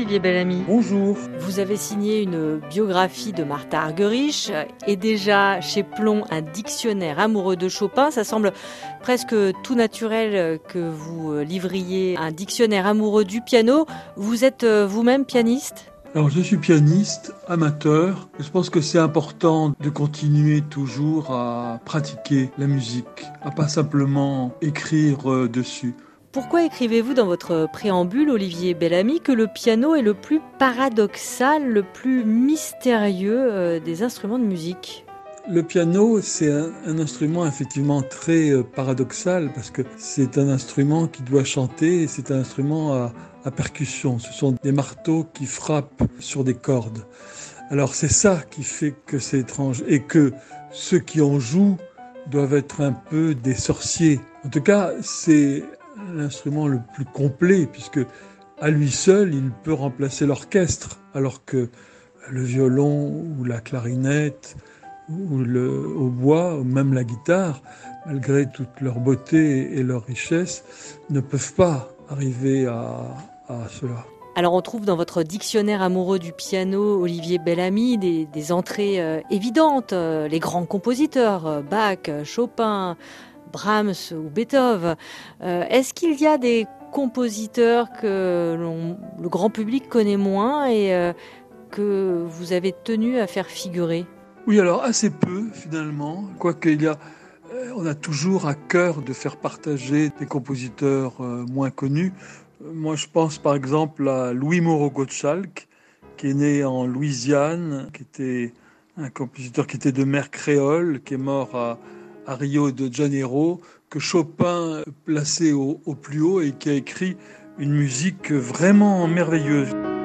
Olivier Bellamy. Bonjour. Vous avez signé une biographie de Martha Argerich et déjà chez Plomb un dictionnaire amoureux de Chopin. Ça semble presque tout naturel que vous livriez un dictionnaire amoureux du piano. Vous êtes vous-même pianiste ? Alors je suis pianiste, amateur. Je pense que c'est important de continuer toujours à pratiquer la musique, à pas simplement écrire dessus. Pourquoi écrivez-vous dans votre préambule, Olivier Bellamy, que le piano est le plus paradoxal, le plus mystérieux des instruments de musique ? Le piano, c'est un instrument effectivement très paradoxal parce que c'est un instrument qui doit chanter et c'est un instrument à percussion. Ce sont des marteaux qui frappent sur des cordes. Alors c'est ça qui fait que c'est étrange et que ceux qui en jouent doivent être un peu des sorciers. En tout cas, c'est l'instrument le plus complet puisque à lui seul, il peut remplacer l'orchestre alors que le violon ou la clarinette ou le hautbois, ou même la guitare, malgré toute leur beauté et leur richesse, ne peuvent pas arriver à cela. Alors on trouve dans votre dictionnaire amoureux du piano, Olivier Bellamy, des entrées évidentes, les grands compositeurs, Bach, Chopin, Brahms ou Beethoven. Est-ce qu'il y a des compositeurs que le grand public connaît moins et que vous avez tenu à faire figurer ? Oui, alors assez peu finalement, quoique on a toujours à cœur de faire partager des compositeurs moins connus. Moi, je pense par exemple à Louis Moreau Gottschalk, qui est né en Louisiane, qui était un compositeur qui était de mère créole, qui est mort à Rio de Janeiro, que Chopin plaçait au plus haut et qui a écrit une musique vraiment merveilleuse.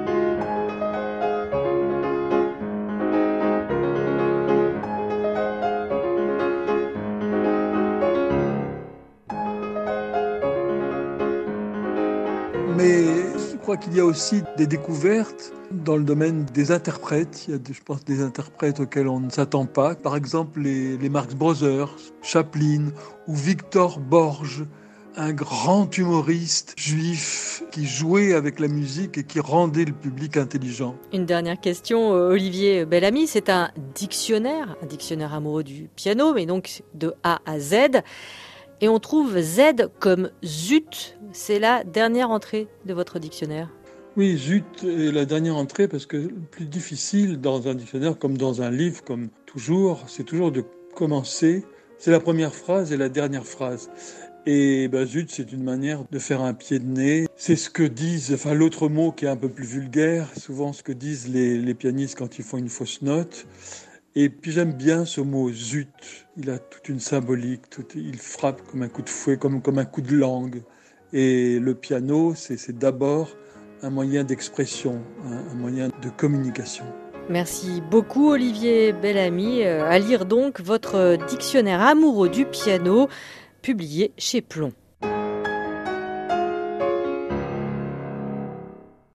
Mais je crois qu'il y a aussi des découvertes dans le domaine des interprètes. Il y a, je pense, des interprètes auxquels on ne s'attend pas. Par exemple, les Marx Brothers, Chaplin ou Victor Borge, un grand humoriste juif qui jouait avec la musique et qui rendait le public intelligent. Une dernière question, Olivier Bellamy. C'est un dictionnaire amoureux du piano, mais donc de A à Z. Et on trouve Z comme zut. C'est la dernière entrée de votre dictionnaire. Oui, zut est la dernière entrée parce que le plus difficile dans un dictionnaire, comme dans un livre, comme toujours, c'est toujours de commencer. C'est la première phrase et la dernière phrase. Et zut, c'est une manière de faire un pied de nez. C'est ce que disent, l'autre mot qui est un peu plus vulgaire, souvent ce que disent les pianistes quand ils font une fausse note. Et puis j'aime bien ce mot zut. Il a toute une symbolique, il frappe comme un coup de fouet, comme un coup de langue. Et le piano, c'est d'abord un moyen d'expression, un moyen de communication. Merci beaucoup Olivier Bellamy. À lire donc votre dictionnaire amoureux du piano, publié chez Plomb.